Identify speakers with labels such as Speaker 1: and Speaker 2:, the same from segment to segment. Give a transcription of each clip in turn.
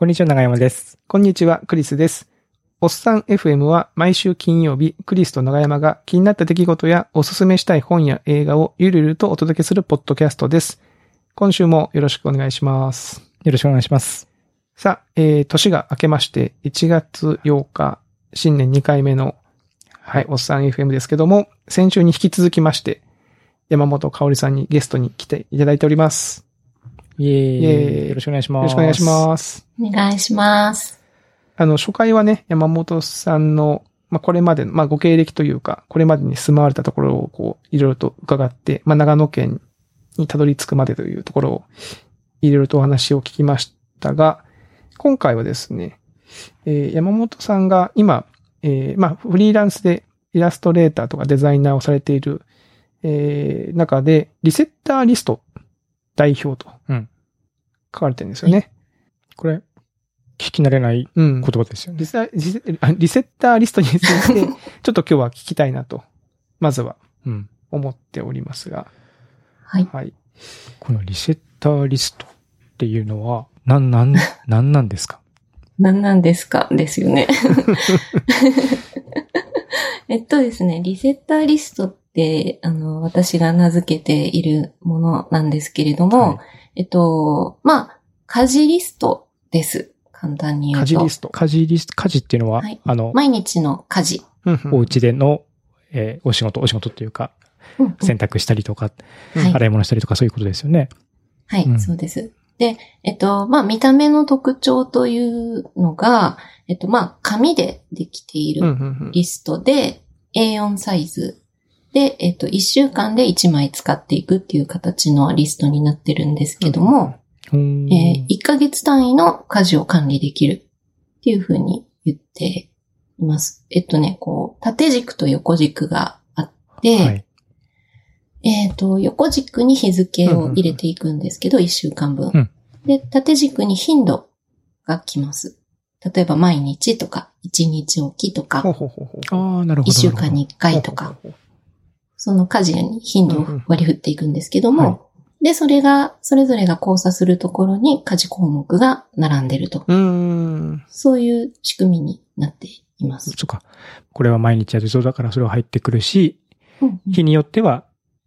Speaker 1: こんにちは、長山です。
Speaker 2: こんにちは、クリスです。おっさん FM は毎週金曜日、クリスと長山が気になった出来事やおすすめしたい本や映画をゆるゆるとお届けするポッドキャストです。今週もよろしくお願いします。
Speaker 1: よろしくお願いします。
Speaker 2: さあ、年が明けまして1月8日、新年2回目の、はい、おっさん FM ですけども、先週に引き続きまして、山本香織さんにゲストに来ていただいております。
Speaker 1: イエーイ。よろしくお願いします。
Speaker 2: よろしくお願いします。
Speaker 3: お願いします。
Speaker 2: 初回はね、山本さんの、これまでの、ご経歴というか、これまでに住まわれたところをいろいろと伺って、長野県にたどり着くまでというところを、いろいろとお話を聞きましたが、今回はですね、山本さんが今、フリーランスでイラストレーターとかデザイナーをされている、中で、リセッターリスト代表と、書かれてるんですよね。
Speaker 1: これ、聞き慣れない言葉ですよね。
Speaker 2: リセッターリストについて、ちょっと今日は聞きたいなと、まずは、思っておりますが。
Speaker 3: はい。
Speaker 2: はい。
Speaker 1: このリセッターリストっていうのは、なんですか？
Speaker 3: 何なんですかですよね。ですね、リセッターリストって、私が名付けているものなんですけれども、家事リストです。簡単に言うと。
Speaker 1: 家事っていうのは、
Speaker 3: はい、毎日の家事。
Speaker 1: お家での、お仕事っていうか、洗濯したりとか、洗い物したりとかそういうことですよね。
Speaker 3: はい、そうです。で、見た目の特徴というのが、紙でできているリストで、A4 サイズで、1週間で1枚使っていくっていう形のリストになってるんですけども、1ヶ月単位の家事を管理できるっていうふうに言っています。縦軸と横軸があって、横軸に日付を入れていくんですけど、1週間分。で、縦軸に頻度が来ます。例えば毎日とか、1日おきとか、1週間に1回とか、その家事に頻度を割り振っていくんですけども、で、それぞれが交差するところに家事項目が並んでると。そういう仕組みになっています。
Speaker 1: そうか。これは毎日やるぞだからそれは入ってくるし、日によっては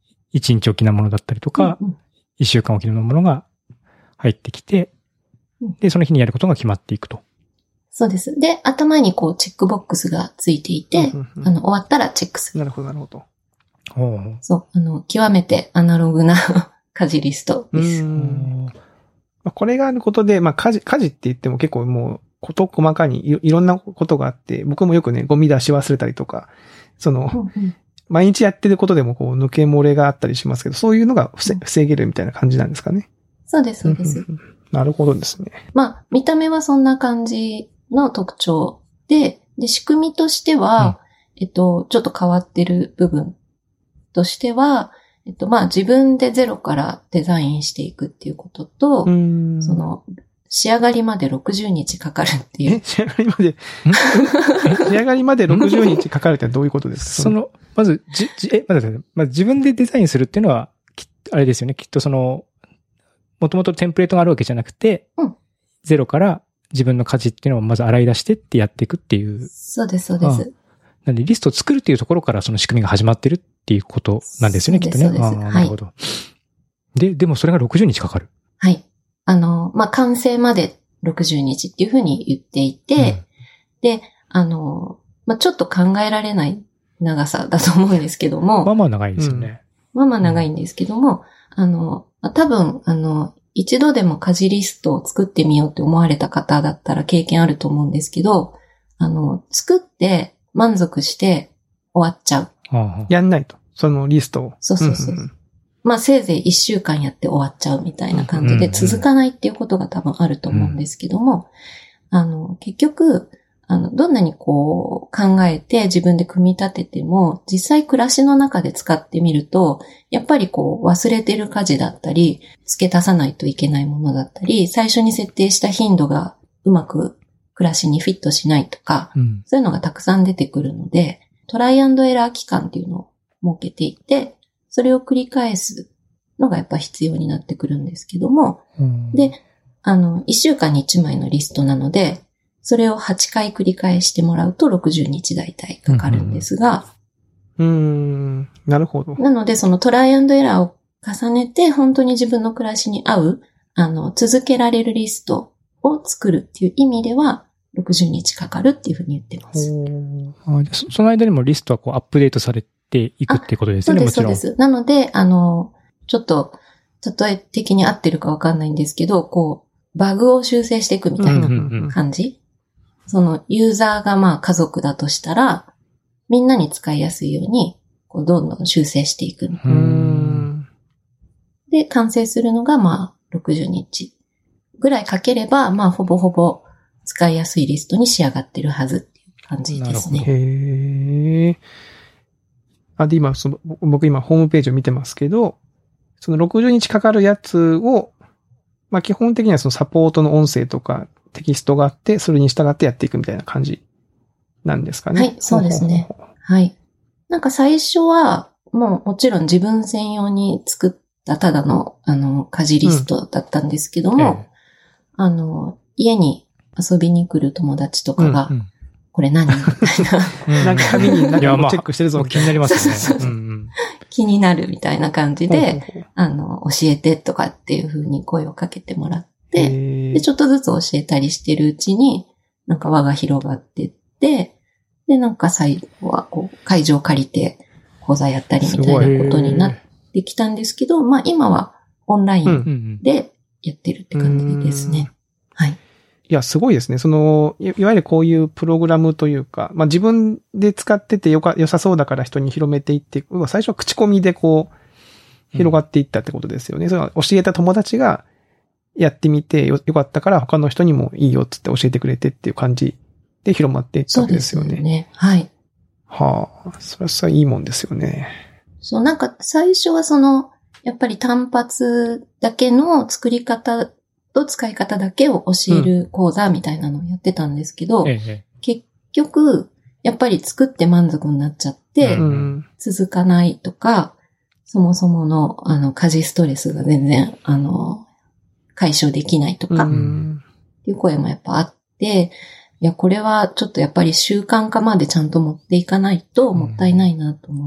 Speaker 1: 1日おきなものだったりとか、1週間おきのものが入ってきて、で、その日にやることが決まっていくと。
Speaker 3: そうです。で、頭にチェックボックスがついていて、終わったらチェックする。
Speaker 2: なるほど、なるほど。
Speaker 3: そう、極めてアナログな家事リストです。
Speaker 2: これがあることで、家事って言っても結構もう、細かにいろんなことがあって、僕もよくね、ゴミ出し忘れたりとか、毎日やってることでも抜け漏れがあったりしますけど、そういうのが防げるみたいな感じなんですかね。
Speaker 3: そうです、そうです。
Speaker 2: なるほどですね。
Speaker 3: 見た目はそんな感じの特徴で、仕組みとしては、ちょっと変わってる部分としては、自分でゼロからデザインしていくっていうことと、仕上がりまで60日かかるっていう。
Speaker 2: 仕上がりまで60日かかるってどういうことですか？
Speaker 1: まず自分でデザインするっていうのは、あれですよね。きっともともとテンプレートがあるわけじゃなくて、ゼロから自分の家事っていうのをまず洗い出してってやっていくっていう。
Speaker 3: そうです、そうです。
Speaker 1: なんでリストを作るっていうところからその仕組みが始まってるっていうことなんですよね、きっとね。なるほど。でもそれが60日かかる。
Speaker 3: はい。完成まで60日っていうふうに言っていて、で、ちょっと考えられない長さだと思うんですけども。
Speaker 1: まあ長いですよね。
Speaker 3: まあ長いんですけども、多分、一度でも家事リストを作ってみようって思われた方だったら経験あると思うんですけど、作って満足して終わっちゃう。
Speaker 2: やんないと。そのリストを。
Speaker 3: そう。せいぜい1週間やって終わっちゃうみたいな感じで続かないっていうことが多分あると思うんですけども、結局、どんなに考えて自分で組み立てても、実際暮らしの中で使ってみると、やっぱり忘れてる家事だったり、付け足さないといけないものだったり、最初に設定した頻度がうまく暮らしにフィットしないとか、そういうのがたくさん出てくるので、トライアンドエラー期間っていうのを設けていて、それを繰り返すのがやっぱ必要になってくるんですけども、で、 1週間に1枚のリストなので、それを8回繰り返してもらうと60日大体かかるんですが。
Speaker 2: なるほど。
Speaker 3: なので、そのトライアンドエラーを重ねて、本当に自分の暮らしに合う、続けられるリストを作るっていう意味では、60日かかるっていうふうに言ってます。
Speaker 1: その間にもリストはこうアップデートされていくっていうことですよね、もちろん。
Speaker 3: そうです、そうです。なので、ちょっと、例え的に合ってるかわかんないんですけど、こう、バグを修正していくみたいな感じ。その、ユーザーがまあ家族だとしたら、みんなに使いやすいように、こう、どんどん修正していく。で、完成するのがまあ、60日ぐらいかければ、まあ、ほぼほぼ使いやすいリストに仕上がってるはずっていう感じですね。
Speaker 2: へー。で、今、僕今ホームページを見てますけど、その60日かかるやつを、まあ基本的にはそのサポートの音声とかテキストがあって、それに従ってやっていくみたいな感じなんですかね。
Speaker 3: はい、そうですね。はい。なんか最初は、もちろん自分専用に作ったただの、家事リストだったんですけども、家に遊びに来る友達とかが、これ何みたいな。
Speaker 2: なんか紙になんかチェックしてるぞ。
Speaker 1: 気になりますよね。
Speaker 3: 気になるみたいな感じで、教えてとかっていう風に声をかけてもらって、で、ちょっとずつ教えたりしてるうちに、なんか輪が広がってって、で、なんか最後はこう、会場借りて講座やったりみたいなことになってきたんですけど、まあ今はオンラインでやってるって感じですね。はい。
Speaker 2: いや、すごいですね。いわゆるこういうプログラムというか、まあ、自分で使ってて良さそうだから人に広めていって、最初は口コミでこう、広がっていったってことですよね。それは教えた友達がやってみてよかったから他の人にもいいよっつって教えてくれてっていう感じで広まっていったわけですよね。
Speaker 3: そうですね。はい。
Speaker 2: はあ、それはさ、いいもんですよね。
Speaker 3: そう、なんか最初はやっぱり単発だけの作り方と使い方だけを教える講座みたいなのをやってたんですけど、結局、やっぱり作って満足になっちゃって、続かないとか、そもそもの、家事ストレスが全然、解消できないとか、っていう声もやっぱあって、いや、これはちょっとやっぱり習慣化までちゃんと持っていかないともったいないなと思って、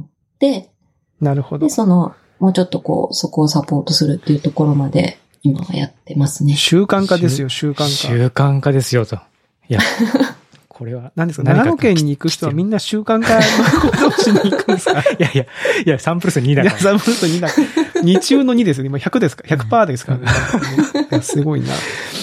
Speaker 2: なるほど。
Speaker 3: で、もうちょっとこう、そこをサポートするっていうところまで、今はやってますね。
Speaker 2: 習慣化ですよ、習慣化。
Speaker 1: 習慣化ですよと。いや、これは。
Speaker 2: 何ですか？長野県に行く人はみんな習慣化のことをしに行くんですか？
Speaker 1: いや、3プラス2だから。
Speaker 2: いや、3プラス2だから。2中の2ですよね。今100ですか？ 100% ですからね。すごいな。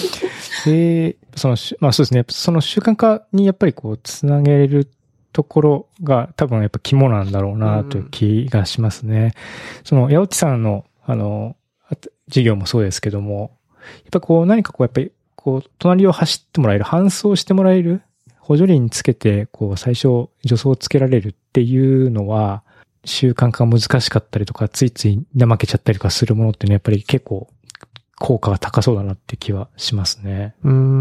Speaker 1: まあそうですね。その習慣化にやっぱりこう、つなげるところが多分やっぱ肝なんだろうなという気がしますね。八百地さんの、授業もそうですけども、やっぱこう何かこうやっぱりこう隣を走ってもらえる、搬送してもらえる、補助輪つけてこう最初助走をつけられるっていうのは習慣化が難しかったりとか、ついつい怠けちゃったりとかするものってね、やっぱり結構効果が高そうだなって気はしますね。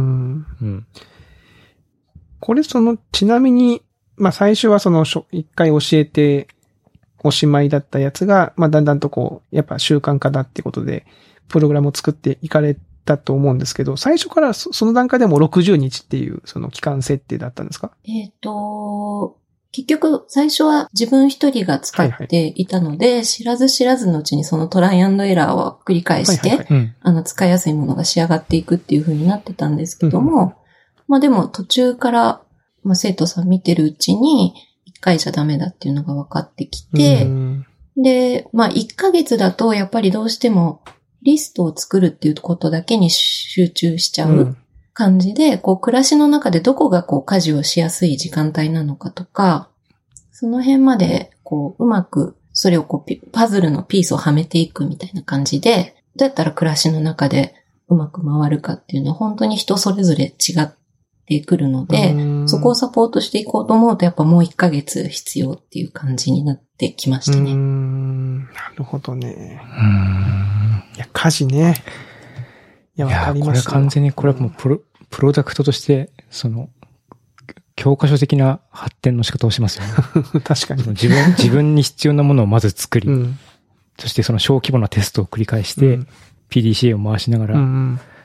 Speaker 2: これちなみに、まあ最初は一回教えて、おしまいだったやつが、まあ、だんだんとこう、やっぱ習慣化だってことで、プログラムを作っていかれたと思うんですけど、最初からその段階でも60日っていう、期間設定だったんですか？
Speaker 3: 結局、最初は自分一人が使っていたので、知らず知らずのうちにそのトライアンドエラーを繰り返して、使いやすいものが仕上がっていくっていう風になってたんですけども、まあでも途中から、まあ生徒さん見てるうちに、1回じゃダメだっていうのが分かってきて、で、まあ1ヶ月だとやっぱりどうしてもリストを作るっていうことだけに集中しちゃう感じで、こう暮らしの中でどこがこう家事をしやすい時間帯なのかとか、その辺までこううまくそれをこうパズルのピースをはめていくみたいな感じで、どうやったら暮らしの中でうまく回るかっていうのは本当に人それぞれ違ってくるので、そこをサポートしていこうと思うとやっぱもう1ヶ月必要っていう感じになってきましたね。
Speaker 2: なるほどね。いや、家事ね。いや、わかりました。
Speaker 1: これ完全にこれはもうプロダクトとして教科書的な発展の仕方をしますよね。
Speaker 2: 確かに。
Speaker 1: 自分に必要なものをまず作り、そしてその小規模なテストを繰り返して、PDCA を回しながら、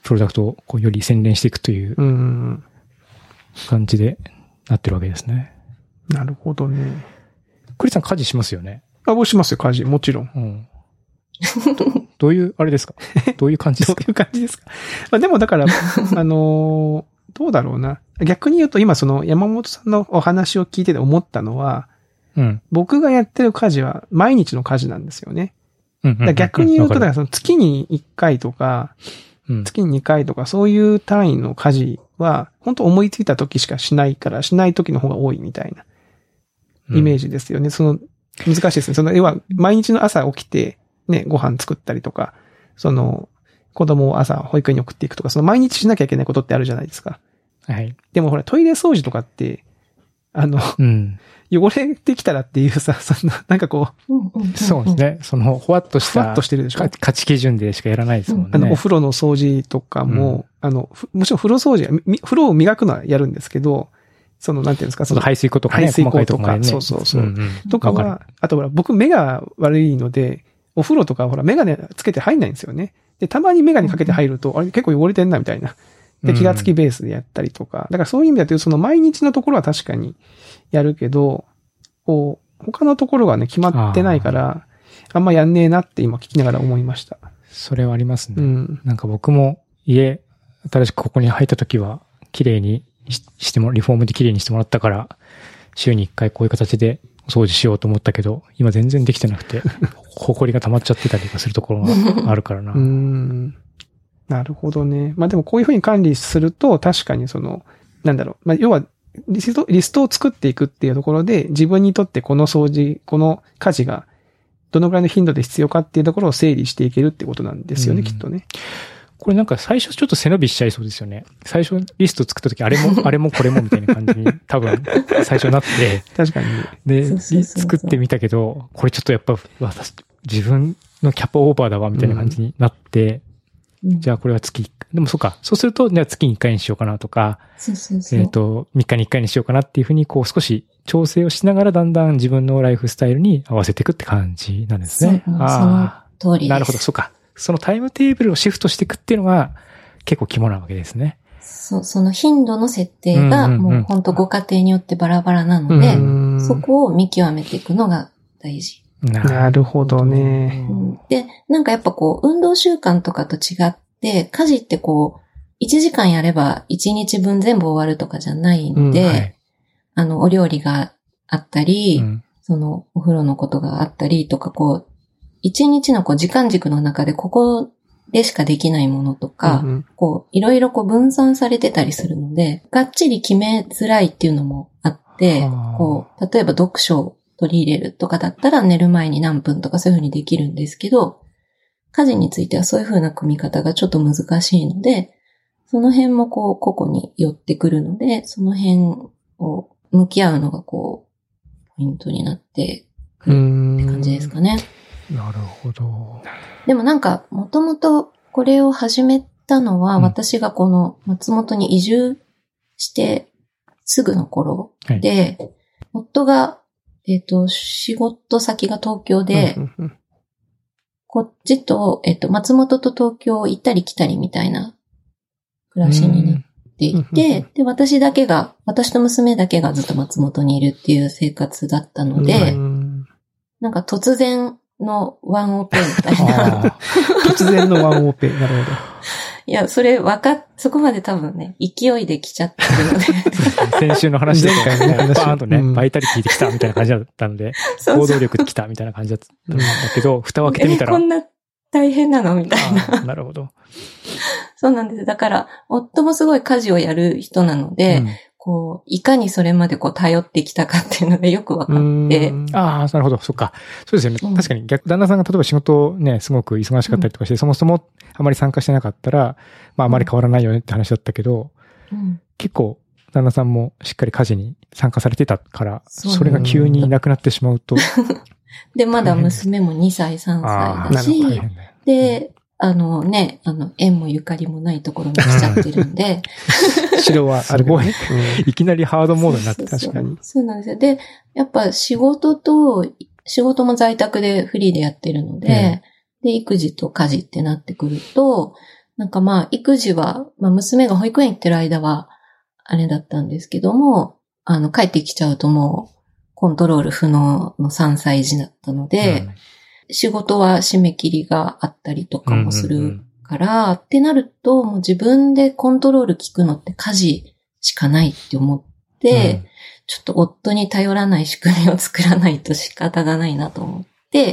Speaker 1: プロダクトをこうより洗練していくという感じでなってるわけですね。
Speaker 2: なるほどね。
Speaker 1: クリさん家事しますよね？
Speaker 2: 僕しますよ、家事。もちろん。
Speaker 1: うん。どういう、あれですか？どういう感じですか？
Speaker 2: どういう感じですか？まあでもだから、どうだろうな。逆に言うと今その山本さんのお話を聞いてて思ったのは、
Speaker 1: うん、
Speaker 2: 僕がやってる家事は毎日の家事なんですよね。逆に言うと、だからその月に1回とか、月に2回とかそういう単位の家事は、本当思いついた時しかしないから、しない時の方が多いみたいなイメージですよね。その、難しいですね。その、要は毎日の朝起きて、ね、ご飯作ったりとか、その、子供を朝保育園に送っていくとか、その毎日しなきゃいけないことってあるじゃないですか。
Speaker 1: はい。
Speaker 2: でもほら、トイレ掃除とかって、汚れてきたらっていうさ、そんな、なんかこ
Speaker 1: う。そうですね。その、ほわっとした。
Speaker 2: ふわっとしてるでしょ。
Speaker 1: 価値基準でしかやらないですもんね。
Speaker 2: お風呂の掃除とかも、もちろん風呂掃除、風呂を磨くのはやるんですけど、その、なんていうんですか、
Speaker 1: その排水溝とかね。
Speaker 2: 排水溝とか、
Speaker 1: ね、
Speaker 2: そうそうそう。とかは、あとほら、僕目が悪いので、お風呂とかほら、メガネつけて入んないんですよね。で、たまにメガネかけて入ると、あれ結構汚れてんな、みたいな。で、気がつきベースでやったりとか。だからそういう意味だと、その毎日のところは確かにやるけど、こう、他のところがね、決まってないから、あんまやんねえなって今聞きながら思いました。
Speaker 1: それはありますね。なんか僕も家、新しくここに入った時は、綺麗にしても、リフォームで綺麗にしてもらったから、週に1回こういう形でお掃除しようと思ったけど、今全然できてなくて、埃が溜まっちゃってたりとかするところがあるからな。
Speaker 2: なるほどね。まあでもこういうふうに管理すると、確かにその、なんだろう。まあ要は、リストを作っていくっていうところで、自分にとってこの掃除、この家事が、どのぐらいの頻度で必要かっていうところを整理していけるってことなんですよね、きっとね。
Speaker 1: これなんか最初ちょっと背伸びしちゃいそうですよね。最初リスト作った時あれもこれもみたいな感じに多分最初なって。
Speaker 2: 確かに。
Speaker 1: で、作ってみたけど、これちょっとやっぱ自分のキャパオーバーだわみたいな感じになって、じゃあこれは月1回。でもそうか。そうすると、じゃあ月に1回にしようかなとか、3日に1回にしようかなっていうふうに、こう少し調整をしながらだんだん自分のライフスタイルに合わせていくって感じなんですね。
Speaker 3: その通りです。
Speaker 1: なるほど、そうか。そのタイムテーブルをシフトしていくっていうのが結構肝なわけですね。
Speaker 3: その頻度の設定がもう本当ご家庭によってバラバラなので、そこを見極めていくのが大事。
Speaker 2: なるほどね。
Speaker 3: で、なんかやっぱこう、運動習慣とかと違って、家事ってこう、1時間やれば1日分全部終わるとかじゃないので、お料理があったり、そのお風呂のことがあったりとか、こう、1日のこう時間軸の中でここでしかできないものとか、こう、いろいろこう分散されてたりするので、がっちり決めづらいっていうのもあって、こう、例えば読書を取り入れるとかだったら寝る前に何分とかそういうふうにできるんですけど、家事についてはそういうふうな組み方がちょっと難しいので、その辺もこう個々に寄ってくるので、その辺を向き合うのがこう、ポイントになってくるって感じですかね。
Speaker 1: なるほど。
Speaker 3: でもなんか、もともとこれを始めたのは、私がこの松本に移住してすぐの頃で、夫が仕事先が東京で、こっちと、松本と東京行ったり来たりみたいな暮らしになっていて、で、私と娘だけがずっと松本にいるっていう生活だったので、なんか突然のワンオペみたいな。
Speaker 2: 突然のワンオペ。なるほど。
Speaker 3: いや、そこまで多分ね、勢いで来ちゃってるので。
Speaker 1: 先週の話で、バーンとね、バイタリティで来たみたいな感じだったので、行動力で来たみたいな感じだったんだけど、蓋を開けてみたら。
Speaker 3: こんな大変なのみたいな。
Speaker 1: なるほど。
Speaker 3: そうなんです。だから、夫もすごい家事をやる人なので、こう、いかにそれまでこう頼ってきたかっていうのがよくわかって。
Speaker 1: ああ、なるほど。そっか。そうですよね。確かに旦那さんが例えば仕事ね、すごく忙しかったりとかして、そもそもあまり参加してなかったら、まああまり変わらないよねって話だったけど、結構旦那さんもしっかり家事に参加されてたから、それが急にいなくなってしまうと。
Speaker 3: で、まだ娘も2歳、3歳だし、で、縁もゆかりもないところに来ちゃってるんで。
Speaker 2: 城はあるごい。
Speaker 1: いきなりハードモードになって
Speaker 2: 確かに。
Speaker 3: そうなんですよ。で、やっぱ仕事も在宅でフリーでやってるので、で、育児と家事ってなってくると、 なんかまあ、育児は、まあ娘が保育園行ってる間は、あれだったんですけども、帰ってきちゃうともう、コントロール不能の3歳児だったので、仕事は締め切りがあったりとかもするから、ってなると、もう自分でコントロール効くのって家事しかないって思って、ちょっと夫に頼らない仕組みを作らないと仕方がないなと思って、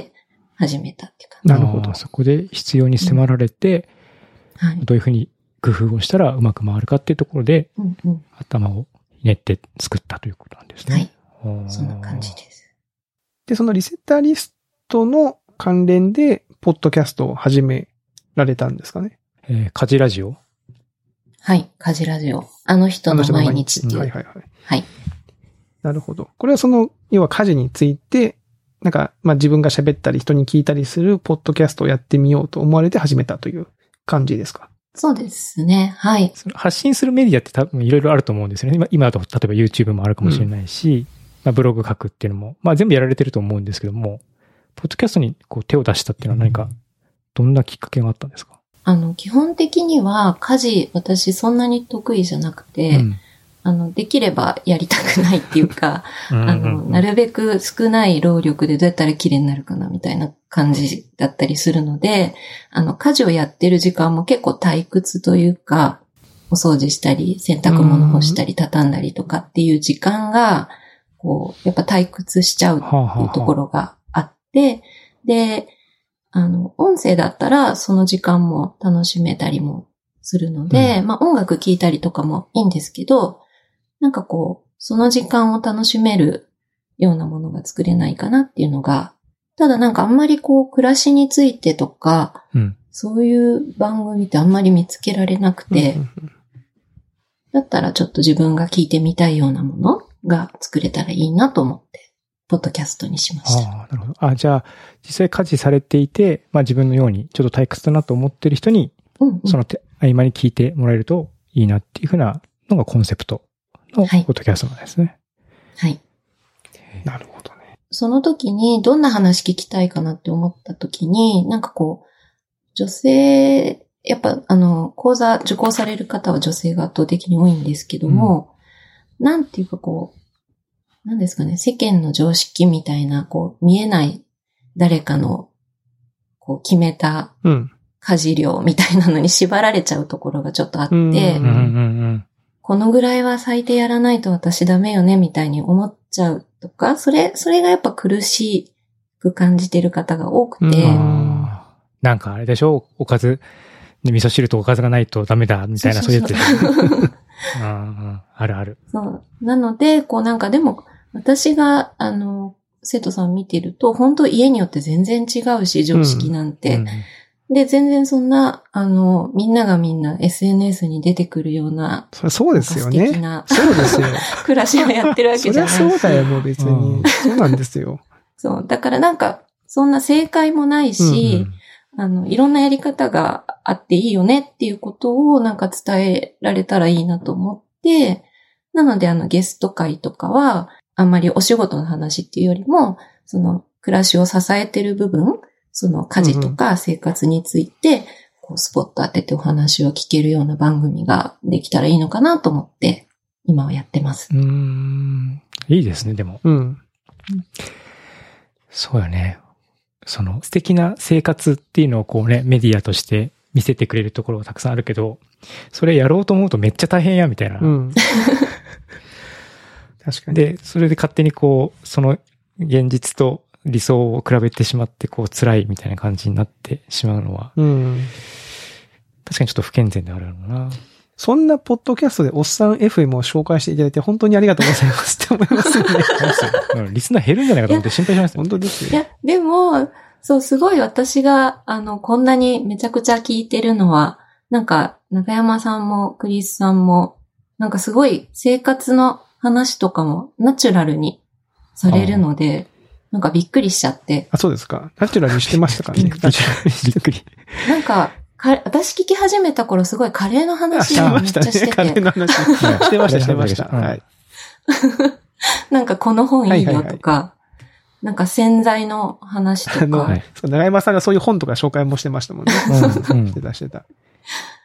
Speaker 3: 始めたって感じ。
Speaker 1: なるほど。そこで必要に迫られて、どういうふうに工夫をしたらうまく回るかっていうところで、頭を練って作ったということなんですね。
Speaker 3: はい。そんな感じです。
Speaker 2: で、そのリセッターリストの関連で、ポッドキャストを始められたんですかね。
Speaker 1: 家事ラジオ？
Speaker 3: はい、家事ラジオ。あの人の毎日っていう。
Speaker 2: はいはいはい。
Speaker 3: はい。
Speaker 2: なるほど。これは要は家事について、なんか、まあ自分が喋ったり人に聞いたりするポッドキャストをやってみようと思われて始めたという感じですか？
Speaker 3: そうですね。はい。
Speaker 1: 発信するメディアって多分いろいろあると思うんですよね。今だと例えば YouTube もあるかもしれないし、まあブログ書くっていうのも、まあ全部やられてると思うんですけども、ポッドキャストにこう手を出したっていうのは何か、どんなきっかけがあったんですか？
Speaker 3: 基本的には家事、私そんなに得意じゃなくて、できればやりたくないっていうか、なるべく少ない労力でどうやったら綺麗になるかなみたいな感じだったりするので、家事をやってる時間も結構退屈というか、お掃除したり、洗濯物干したり、畳んだりとかっていう時間が、こう、やっぱ退屈しちゃうっていうところがあって、で、音声だったらその時間も楽しめたりもするので、まあ音楽聴いたりとかもいいんですけど、なんかこう、その時間を楽しめるようなものが作れないかなっていうのが、ただなんかあんまりこう、暮らしについてとか、そういう番組ってあんまり見つけられなくて、だったらちょっと自分が聞いてみたいようなものが作れたらいいなと思って、ポッドキャストにしました。
Speaker 1: なるほど。じゃあ、実際家事されていて、まあ自分のようにちょっと退屈だなと思ってる人に、その合間に聞いてもらえるといいなっていうふうなのがコンセプトのポッドキャストなんですね。
Speaker 3: はい。
Speaker 2: なるほどね。
Speaker 3: その時にどんな話聞きたいかなって思った時に、なんかこう、女性、やっぱ講座受講される方は女性が圧倒的に多いんですけども、なんていうかこう、なんですかね、世間の常識みたいな、こう、見えない誰かの、こう、決めた家事量みたいなのに縛られちゃうところがちょっとあって、このぐらいは最低やらないと私ダメよね、みたいに思っちゃうとか、それがやっぱ苦しく感じてる方が多くて。
Speaker 1: なんかあれでしょ？おかず、味噌汁とおかずがないとダメだ、みたいな、そういうやつでしょ。あるある。
Speaker 3: そう。なので、こうなんかでも、私が、生徒さん見てると、本当家によって全然違うし、常識なんて。で、全然そんな、みんながみんな SNS に出てくるような、
Speaker 2: そうですよね。
Speaker 3: 素敵な、
Speaker 2: そうですよ。
Speaker 3: 暮らしをやってるわけじゃない。
Speaker 2: そりゃそうだよ、もう別に。そうなんですよ。
Speaker 3: そう。だからなんか、そんな正解もないし、いろんなやり方があっていいよねっていうことをなんか伝えられたらいいなと思って、なのでゲスト会とかは、あんまりお仕事の話っていうよりも、その暮らしを支えてる部分、その家事とか生活について、こうスポット当ててお話を聞けるような番組ができたらいいのかなと思って、今はやってます。
Speaker 1: いいですね、でも。そうよね。その素敵な生活っていうのをこうね、メディアとして見せてくれるところがたくさんあるけど、それやろうと思うとめっちゃ大変や、みたいな。
Speaker 2: 確かに。
Speaker 1: で、それで勝手にこう、その現実と理想を比べてしまって、こう辛いみたいな感じになってしまうのは、確かにちょっと不健全であるのな。
Speaker 2: そんなポッドキャストでおっさん FM を紹介していただいて本当にありがとうございますって思いますよね。
Speaker 1: リスナー減るんじゃないかと思って心配しましたよ。
Speaker 2: 本当ですよ。
Speaker 3: いや、でも、そう、すごい私が、こんなにめちゃくちゃ聞いてるのは、なんか、中山さんもクリスさんも、なんかすごい生活の話とかもナチュラルにされるので、なんかびっくりしちゃって。
Speaker 2: そうですか。ナチュラルにしてましたかね。びっくり。
Speaker 3: なんか、私聞き始めた頃すごいカレーの話をめっちゃしてて。
Speaker 2: カレーの話してました。はい。
Speaker 3: なんかこの本いいよとか、なんか洗剤の話とか。
Speaker 2: 長山さんがそういう本とか紹介もしてましたもんね。してた。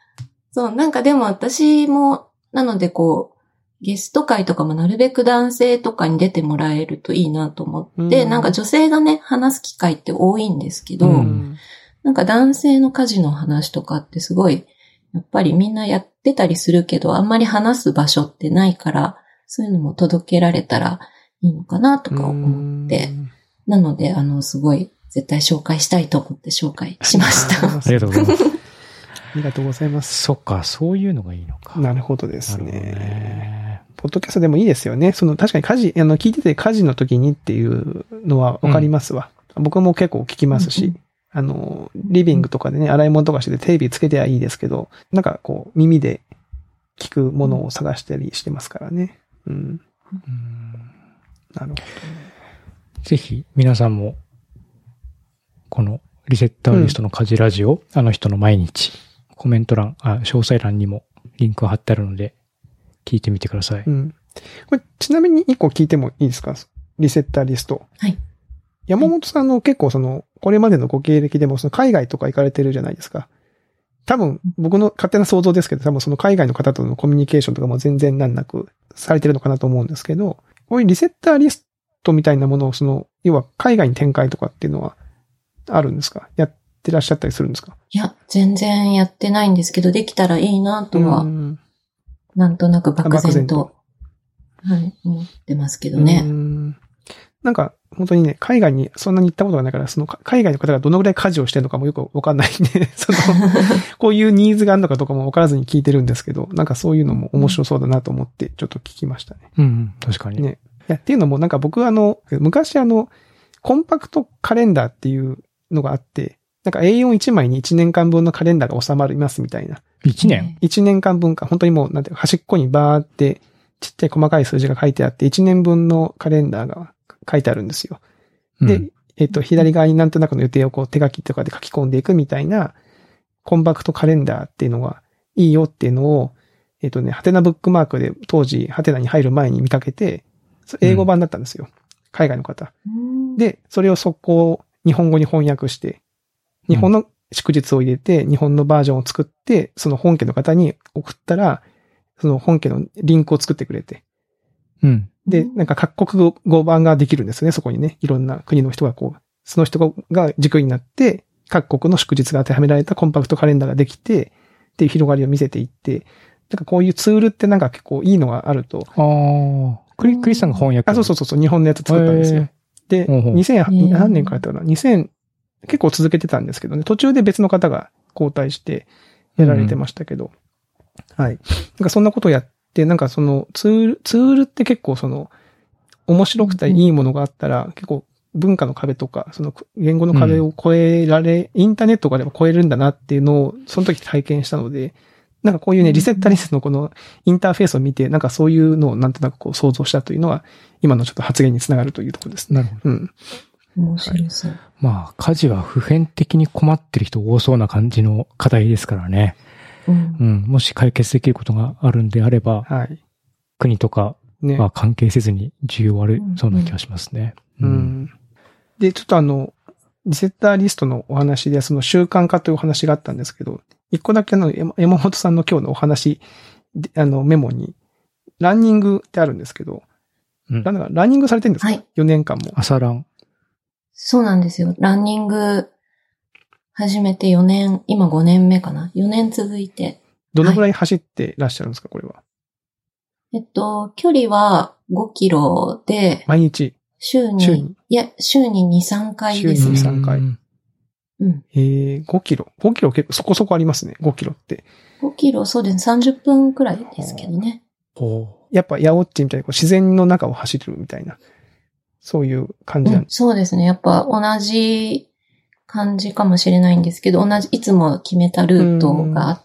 Speaker 3: そう、なんかでも私も、なのでこう、ゲスト会とかもなるべく男性とかに出てもらえるといいなと思って、なんか女性がね、話す機会って多いんですけど、なんか男性の家事の話とかってすごい、やっぱりみんなやってたりするけど、あんまり話す場所ってないから、そういうのも届けられたらいいのかなとか思って、なので、すごい、絶対紹介したいと思って紹介しました。
Speaker 1: ありがとうございます。
Speaker 2: ありがとうございます。
Speaker 1: そっか、そういうのがいいのか。
Speaker 2: なるほどですね。ポッドキャストでもいいですよね。確かに聞いてて家事の時にっていうのはわかりますわ。僕も結構聞きますし、リビングとかでね、洗い物とかしてテレビつけてはいいですけど、なんかこう、耳で聞くものを探したりしてますからね。なるほどね。
Speaker 1: ぜひ、皆さんも、このリセッターリストの家事ラジオ、あの人の毎日、コメント欄、詳細欄にもリンクが貼ってあるので、聞いてみてください。
Speaker 2: これ、ちなみに一個聞いてもいいですか？リセッターリスト。
Speaker 3: はい。
Speaker 2: 山本さんの結構これまでのご経歴でも海外とか行かれてるじゃないですか。多分、僕の勝手な想像ですけど、多分海外の方とのコミュニケーションとかも全然難なくされてるのかなと思うんですけど、こういうリセッターリストみたいなものを要は海外に展開とかっていうのはあるんですか？やってらっしゃったりするんですか？
Speaker 3: いや、全然やってないんですけど、できたらいいなとは、なんとなく漠然と、はい、思ってますけどね。
Speaker 2: なんか、本当にね、海外にそんなに行ったことがないから、海外の方がどのぐらい家事をしてるのかもよくわかんないんで、こういうニーズがあるのかどうかもわからずに聞いてるんですけど、なんかそういうのも面白そうだなと思って、ちょっと聞きましたね。
Speaker 1: 確かに。
Speaker 2: ね。いや、っていうのもなんか僕は昔コンパクトカレンダーっていうのがあって、なんか A41 枚に1年間分のカレンダーが収まりますみたいな。
Speaker 1: 1年
Speaker 2: ?1 年間分か、本当にもう、端っこにバーってちっちゃい細かい数字が書いてあって、1年分のカレンダーが書いてあるんですよ。で、左側になんとなくの予定をこう手書きとかで書き込んでいくみたいな、コンパクトカレンダーっていうのがいいよっていうのを、ハテナブックマークで当時、ハテナに入る前に見かけて、英語版だったんですよ。海外の方。で、それを速攻日本語に翻訳して、日本の祝日を入れて、日本のバージョンを作って、その本家の方に送ったら、その本家のリンクを作ってくれて。で、なんか各国語版ができるんですね、そこにね。いろんな国の人がその人が軸になって、各国の祝日が当てはめられたコンパクトカレンダーができて、っていう広がりを見せていって、なんかこういうツールってなんか結構いいのがあると。
Speaker 1: クリスさんが翻訳。
Speaker 2: そう、日本のやつ作ったんですよ。で、何年からやったかな ?2000、結構続けてたんですけどね、途中で別の方が交代してやられてましたけど。はい。なんかそんなことをやって、なんかツールって結構面白くていいものがあったら、結構文化の壁とか、言語の壁を越えられ、インターネットがあれば越えるんだなっていうのを、その時体験したので、なんかこういうね、リセッタリストのこのインターフェースを見て、なんかそういうのをなんとなく想像したというのは、今のちょっと発言につながるというところですね。
Speaker 1: なるほど。
Speaker 3: 面白そう。
Speaker 1: まあ、家事は普遍的に困ってる人多そうな感じの課題ですからね。もし解決できることがあるんであれば、国とかは関係せずに需要あるそうな気がしますね。
Speaker 2: で、ちょっとリセッターリストのお話で、習慣化というお話があったんですけど、一個だけ山本さんの今日のお話、メモに、ランニングってあるんですけど、ランニングされてるんですか？ 4 年間も。
Speaker 1: 朝ラン。
Speaker 3: そうなんですよ。ランニング始めて4年、今5年目かな。4年続いて。
Speaker 2: どのぐらい走ってらっしゃるんですか、これは。
Speaker 3: 距離は5キロで、
Speaker 2: 毎日。
Speaker 3: 週に2、3回ですね。
Speaker 2: 週に2、3回。5キロ。5キロ結構そこそこありますね、5キロって。
Speaker 3: 5キロ、そうです。30分くらいですけどね。
Speaker 2: やっぱヤオッチみたいに自然の中を走るみたいな、そういう感じなんです、
Speaker 3: そうですね。やっぱ同じ感じかもしれないんですけど、いつも決めたルートがあって、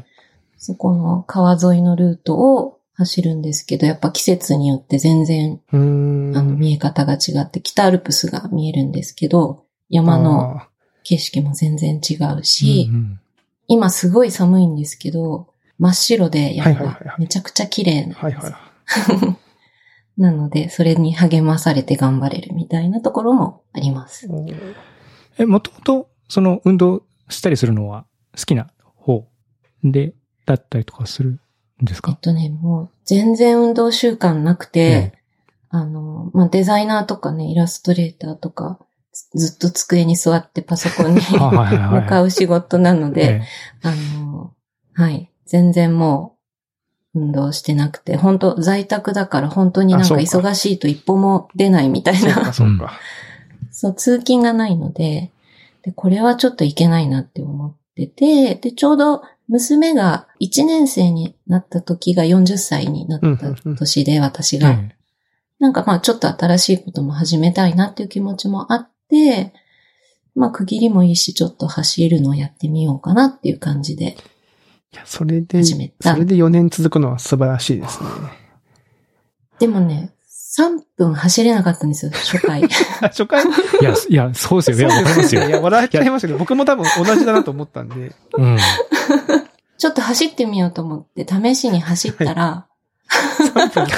Speaker 3: そこの川沿いのルートを走るんですけど、やっぱ季節によって全然、見え方が違って、北アルプスが見えるんですけど、山の景色も全然違うし、今すごい寒いんですけど、真っ白で、やっぱめちゃくちゃ綺麗なんです。なので、それに励まされて頑張れるみたいなところもあります。
Speaker 1: もともと、運動したりするのは好きな方だだったりとかするんですか？
Speaker 3: もう全然運動習慣なくて、デザイナーとかね、イラストレーターとか、ずっと机に座ってパソコンに向かう仕事なので、はい。全然もう運動してなくて、本当在宅だから本当になんか忙しいと一歩も出ないみたいな。
Speaker 2: そうか。
Speaker 3: そう、通勤がないので、これはちょっといけないなって思ってて、で、ちょうど娘が1年生になった時が40歳になった年で、私が。なんかちょっと新しいことも始めたいなっていう気持ちもあって、区切りもいいし、ちょっと走るのをやってみようかなっていう感じで。
Speaker 2: いや、それで4年続くのは素晴らしいですね。
Speaker 3: でもね、3分走れなかったんですよ、初回。
Speaker 2: 初回
Speaker 1: いや、そうですよね。わかりますよ。
Speaker 2: いや、笑っちゃいましたけど、僕も多分同じだなと思ったんで。
Speaker 1: うん。
Speaker 3: ちょっと走ってみようと思って、試しに走ったら、
Speaker 2: 3分か。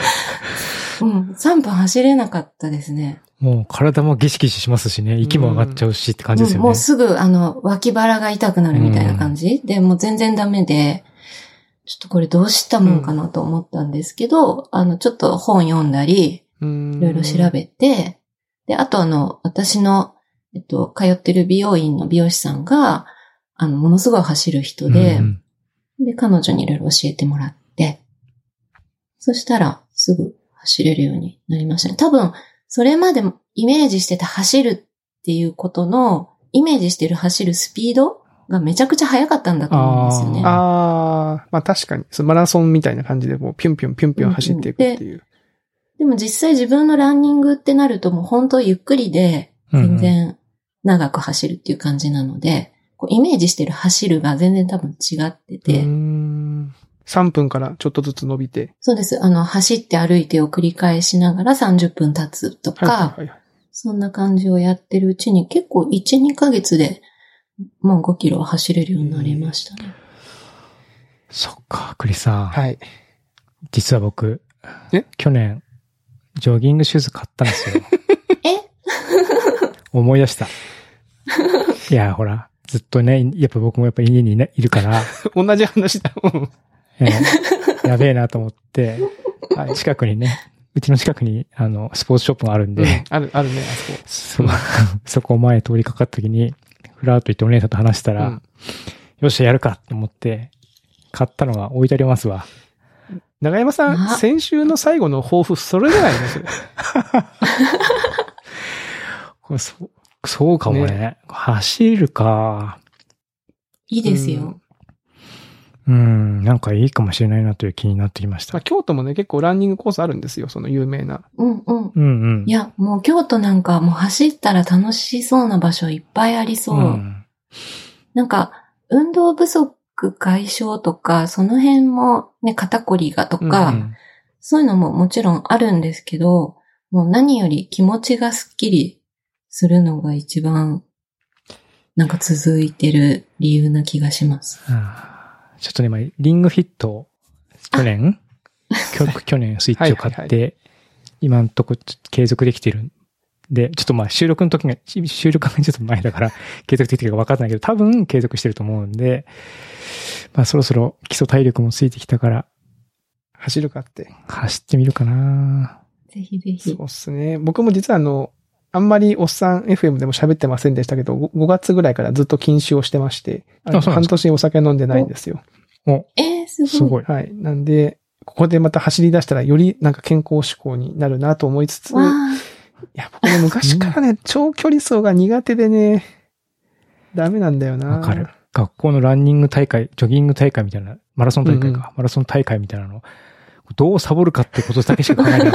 Speaker 3: 3分走れなかったですね。
Speaker 1: もう体もギシギシしますしね、息も上がっちゃうしって感じですよね。
Speaker 3: もうすぐ脇腹が痛くなるみたいな感じで、もう全然ダメで、ちょっとこれどうしたもんかなと思ったんですけど、ちょっと本読んだり、いろいろ調べて、で、あと私の、通ってる美容院の美容師さんが、ものすごい走る人で、で、彼女にいろいろ教えてもらって、そしたらすぐ走れるようになりましたね。多分、それまでイメージしてた走るっていうことの、イメージしてる走るスピードがめちゃくちゃ速かったんだと思うんですよね。
Speaker 2: 確かに。マラソンみたいな感じでもうピュンピュンピュンピュン走っていくっていう。
Speaker 3: でも実際自分のランニングってなるともう本当ゆっくりで全然長く走るっていう感じなので、イメージしてる走るが全然多分違ってて。
Speaker 2: 3分からちょっとずつ伸びて。
Speaker 3: そうです。走って歩いてを繰り返しながら30分経つとか、そんな感じをやってるうちに結構1、2ヶ月でもう5キロ走れるようになりましたね。
Speaker 1: そっか、クリさん。
Speaker 2: はい。
Speaker 1: 実は僕、去年、ジョギングシューズ買ったんですよ。思い出した。いや、ほら、ずっとね、やっぱ僕も家にいるから。
Speaker 2: 同じ話だ。
Speaker 1: やべえなと思って、近くにね、うちの近くに、スポーツショップがあるんで。
Speaker 2: あるね、あ
Speaker 1: そこ。そこを前通りかかった時に、ふらーっと行ってお姉さんと話したら、よっしゃ、やるかって思って、買ったのが置いてありますわ。
Speaker 2: 長山さん、先週の最後の抱負、それじゃないのそれ。
Speaker 1: これそうかもね。走るか。
Speaker 3: いいですよ。
Speaker 1: なんかいいかもしれないなという気になってきました。
Speaker 2: 京都もね、結構ランニングコースあるんですよ、その有名な。
Speaker 3: いや、もう京都なんかもう走ったら楽しそうな場所いっぱいありそう。なんか、運動不足解消とか、その辺もね、肩こりがとか、そういうのももちろんあるんですけど、もう何より気持ちがスッキリするのが一番、なんか続いてる理由な気がします。
Speaker 1: ちょっとね、リングフィット、去年スイッチを買って、今のとこ継続できてるんで、ちょっと収録がちょっと前だから継続できてるか分かんないけど、多分継続してると思うんで、そろそろ基礎体力もついてきたから、
Speaker 2: 走るかって。
Speaker 1: 走ってみるかな。
Speaker 3: ぜひぜひ。
Speaker 2: そうっすね。僕も実はあんまりおっさん FM でも喋ってませんでしたけど、5月ぐらいからずっと禁酒をしてまして、半年お酒飲んでないんですよ。
Speaker 3: すごい。
Speaker 2: はい。なんで、ここでまた走り出したらよりなんか健康志向になるなと思いつつ、いや、僕ね、昔からね、長距離走が苦手でね、ダメなんだよな。
Speaker 1: わかる。学校のランニング大会、ジョギング大会みたいな、マラソン大会か、マラソン大会みたいなの、どうサボるかってことだけしか考えない。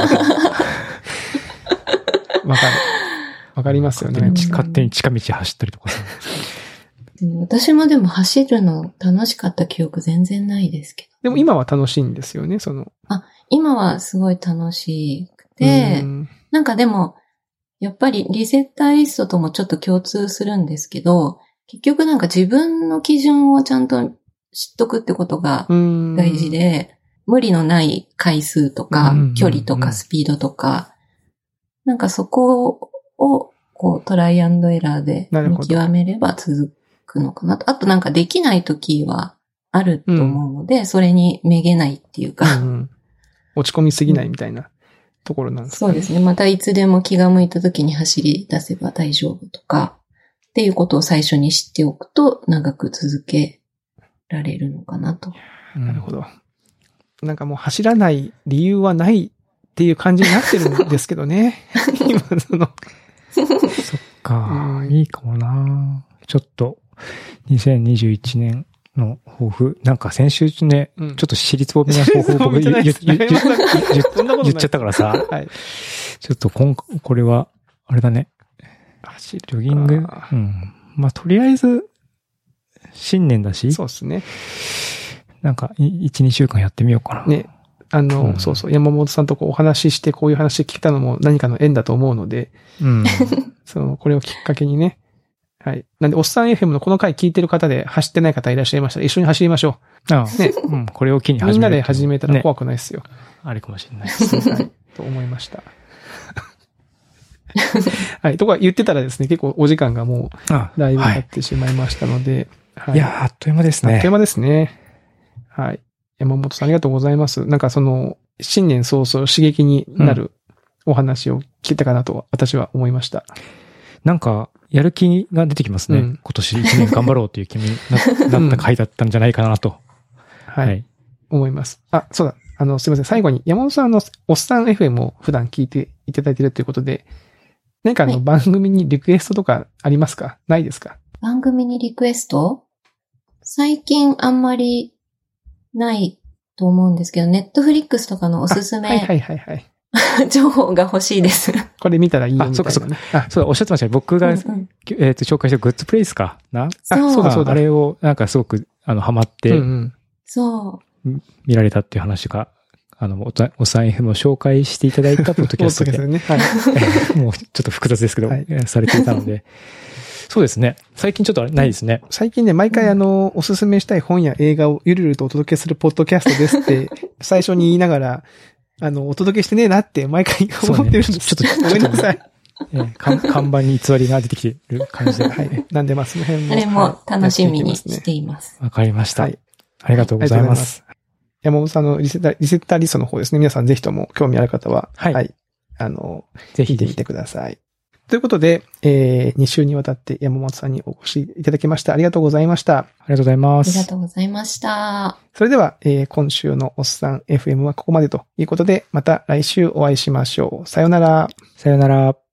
Speaker 2: わかりますよね。
Speaker 1: 勝手に近道走ったりとかさ。
Speaker 3: 私もでも走るの楽しかった記憶全然ないですけど。
Speaker 2: でも今は楽しいんですよね、
Speaker 3: 今はすごい楽しくて、なんかでも、やっぱりリセッターリストともちょっと共通するんですけど、結局なんか自分の基準をちゃんと知っとくってことが大事で、無理のない回数とか、距離とかスピードとか、なんかそこをトライアンドエラーで見極めれば続くのかなと。あとなんかできないときは、 あると思うので、それにめげないっていうか、
Speaker 2: 落ち込みすぎないみたいなところなんですかね。
Speaker 3: そうですね。またいつでも気が向いた時に走り出せば大丈夫とか、っていうことを最初に知っておくと長く続けられるのかなと。
Speaker 2: なるほど。なんかもう走らない理由はないっていう感じになってるんですけどね。今そっ
Speaker 1: か、いいかもな。ちょっと、2021年の抱負、なんか先週ね、ちょっと私立ぼみな抱負を僕言っちゃったからさ、はい、ちょっとこれは、あれだね。ジョギング、まあ、とりあえず、新年だし。
Speaker 2: そうですね。
Speaker 1: なんか、1、2週間やってみようかな。
Speaker 2: ね。そうそう、山本さんとお話しして、こういう話聞けたのも何かの縁だと思うので、これをきっかけにね。はい。なんで、おっさん FM のこの回聞いてる方で走ってない方いらっしゃいましたら、一緒に走りましょう。ね。
Speaker 1: これを機に
Speaker 2: みんなで始めたら怖くないですよ。
Speaker 1: あれかもしれないです。はい。
Speaker 2: と思いました。はい。とか言ってたらですね、結構お時間がもう、だいぶ経ってしまいましたので。
Speaker 1: はい。いや、あっという間ですね。
Speaker 2: あっという間ですね。はい。山本さんありがとうございます。なんか新年早々刺激になるお話を聞いたかなと私は思いました。
Speaker 1: なんか、やる気が出てきますね。今年1年頑張ろうという気になった回だったんじゃないかなと。
Speaker 2: はい。思います。あ、そうだ。すいません。最後に山本さんおっさん FM を普段聞いていただいているということで、何か番組にリクエストとかありますか？ないですか？
Speaker 3: 番組にリクエスト？最近あんまりないと思うんですけど、ネットフリックスとかのおすすめ。情報が欲しいです。
Speaker 2: これ見たらいいよみたいな。
Speaker 1: そうか。そうだ、おっしゃってましたね。僕が、紹介したグッズプレイスかな？
Speaker 3: そう
Speaker 1: だ。あれを、なんかすごく、ハマって、
Speaker 3: そう。
Speaker 1: 見られたっていう話が、おっさん FM を紹介していただいたポッドキャストで、
Speaker 2: ね、はい。
Speaker 1: もうちょっと複雑ですけど、されていたので、そうですね。最近ちょっとないですね。
Speaker 2: 最近ね、毎回おすすめしたい本や映画をゆるゆるとお届けするポッドキャストですって、最初に言いながら、お届けしてねえなって毎回思ってるんです。
Speaker 1: ちょっとごめんなさい。看板に偽りが出てきてる感じで。
Speaker 2: はい。なんでまあその辺も。
Speaker 3: あれも楽しみにしています。
Speaker 1: わかりました。はい。ありがとうございます。
Speaker 2: 山本さんのリセッターリストの方ですね。皆さんぜひとも興味ある方は、はい。ぜひ見てみてください。ということで、2週にわたって山本さんにお越しいただきました。ありがとうございました。
Speaker 1: ありがとうございます。
Speaker 3: ありがとうございました。
Speaker 2: それでは、今週のおっさん FM はここまでということで、また来週お会いしましょう。さよなら。
Speaker 1: さよなら。